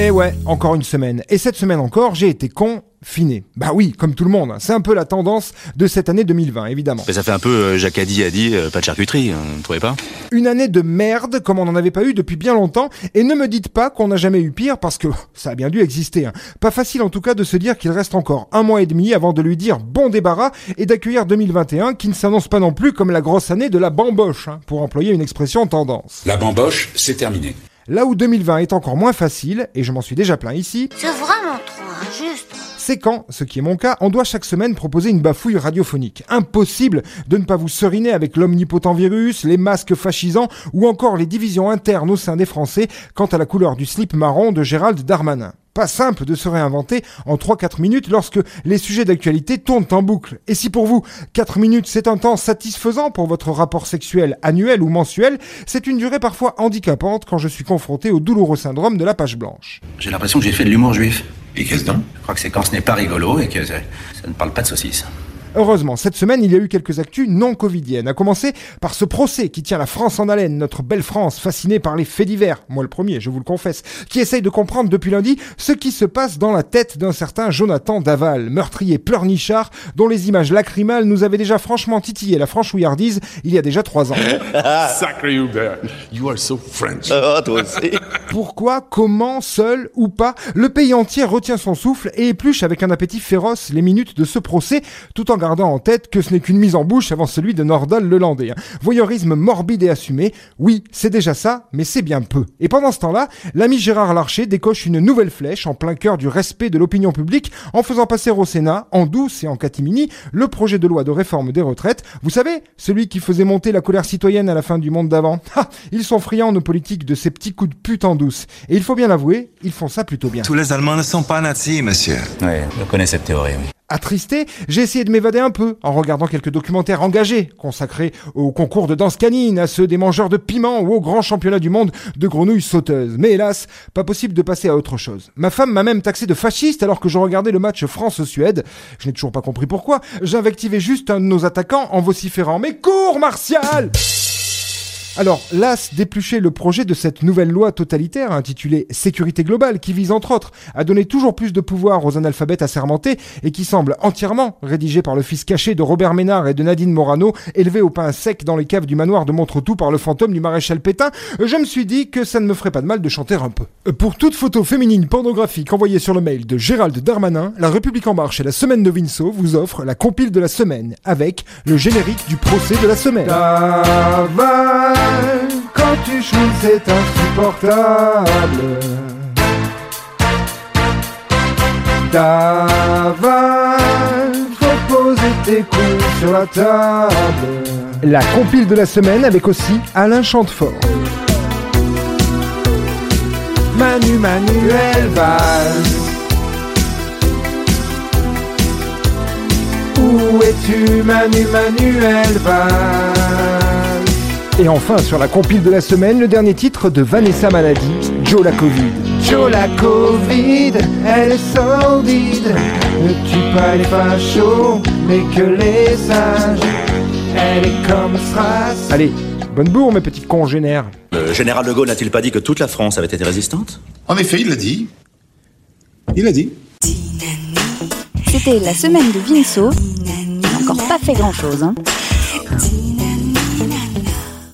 Et ouais, encore une semaine. Et cette semaine encore, j'ai été confiné. Bah oui, comme tout le monde. C'est un peu la tendance de cette année 2020, évidemment. Mais ça fait un peu Jacadi a dit, pas de charcuterie, vous ne trouvez pas ? Une année de merde, comme on n'en avait pas eu depuis bien longtemps. Et ne me dites pas qu'on n'a jamais eu pire, parce que ça a bien dû exister. Pas facile en tout cas de se dire qu'il reste encore 1 mois et demi avant de lui dire bon débarras et d'accueillir 2021, qui ne s'annonce pas non plus comme la grosse année de la bamboche, pour employer une expression tendance. La bamboche, c'est terminé. Là où 2020 est encore moins facile, et je m'en suis déjà plaint ici, c'est vraiment trop injuste. C'est quand, ce qui est mon cas, on doit chaque semaine proposer une bafouille radiophonique. Impossible de ne pas vous seriner avec l'omnipotent virus, les masques fascisants ou encore les divisions internes au sein des Français quant à la couleur du slip marron de Gérald Darmanin. Pas simple de se réinventer en 3-4 minutes lorsque les sujets d'actualité tournent en boucle. Et si pour vous, 4 minutes c'est un temps satisfaisant pour votre rapport sexuel annuel ou mensuel, c'est une durée parfois handicapante quand je suis confronté au douloureux syndrome de la page blanche. J'ai l'impression que j'ai fait de l'humour juif. Et qu'est-ce donc ? Je crois que c'est quand ce n'est pas rigolo et que ça ne parle pas de saucisses. Heureusement, cette semaine, il y a eu quelques actus non covidiennes, à commencer par ce procès qui tient la France en haleine, notre belle France, fascinée par les faits divers, moi le premier, je vous le confesse, qui essaye de comprendre depuis lundi ce qui se passe dans la tête d'un certain Jonathan Daval, meurtrier pleurnichard, dont les images lacrymales nous avaient déjà franchement titillé la franchouillardise il y a déjà 3 ans. Sacré Hubert, you are so French. Toi aussi. Pourquoi, comment, seul ou pas, le pays entier retient son souffle et épluche avec un appétit féroce les minutes de ce procès, tout en gardant en tête que ce n'est qu'une mise en bouche avant celui de Nordal Lelandais. Voyeurisme morbide et assumé, oui, c'est déjà ça, mais c'est bien peu. Et pendant ce temps-là, l'ami Gérard Larcher décoche une nouvelle flèche en plein cœur du respect de l'opinion publique en faisant passer au Sénat, en douce et en catimini, le projet de loi de réforme des retraites. Vous savez, celui qui faisait monter la colère citoyenne à la fin du monde d'avant. Ils sont friands, nos politiques, de ces petits coups de pute en douce. Et il faut bien l'avouer, ils font ça plutôt bien. Tous les Allemands ne sont pas nazis, monsieur. Oui, je connais cette théorie, oui. Attristé, j'ai essayé de m'évader un peu en regardant quelques documentaires engagés consacrés aux concours de danse canine, à ceux des mangeurs de piment ou au grand championnat du monde de grenouilles sauteuses. Mais hélas, pas possible de passer à autre chose. Ma femme m'a même taxé de fasciste alors que je regardais le match France-Suède. Je n'ai toujours pas compris pourquoi. J'invectivais juste un de nos attaquants en vociférant « Mais cours, Martial !» Alors, las d'éplucher le projet de cette nouvelle loi totalitaire intitulée « Sécurité globale » qui vise entre autres à donner toujours plus de pouvoir aux analphabètes assermentés et qui semble entièrement rédigé par le fils caché de Robert Ménard et de Nadine Morano, élevé au pain sec dans les caves du manoir de Montretout par le fantôme du maréchal Pétain, je me suis dit que ça ne me ferait pas de mal de chanter un peu. Pour toute photo féminine pornographique envoyée sur le mail de Gérald Darmanin, La République En Marche et la Semaine de Vinceau vous offrent la compile de la semaine avec le générique du procès de la semaine. Quand tu chouines, c'est insupportable. Daval, faut poser tes couilles sur la table. La compile de la semaine avec aussi Alain Chantefort. Manuel Valls. Où es-tu, Manuel Valls? Et enfin, sur la compile de la semaine, le dernier titre de Vanessa Paradis, Joe la Covid. Joe la Covid, elle est sordide, ne tue pas les fachos, mais que les sages. Elle est comme Strass. Allez, bonne bourre mes petites congénères. Le général de Gaulle n'a-t-il pas dit que toute la France avait été résistante ? En effet, il l'a dit. Il l'a dit. C'était la semaine de Vinceau. Il n'a encore pas fait grand-chose,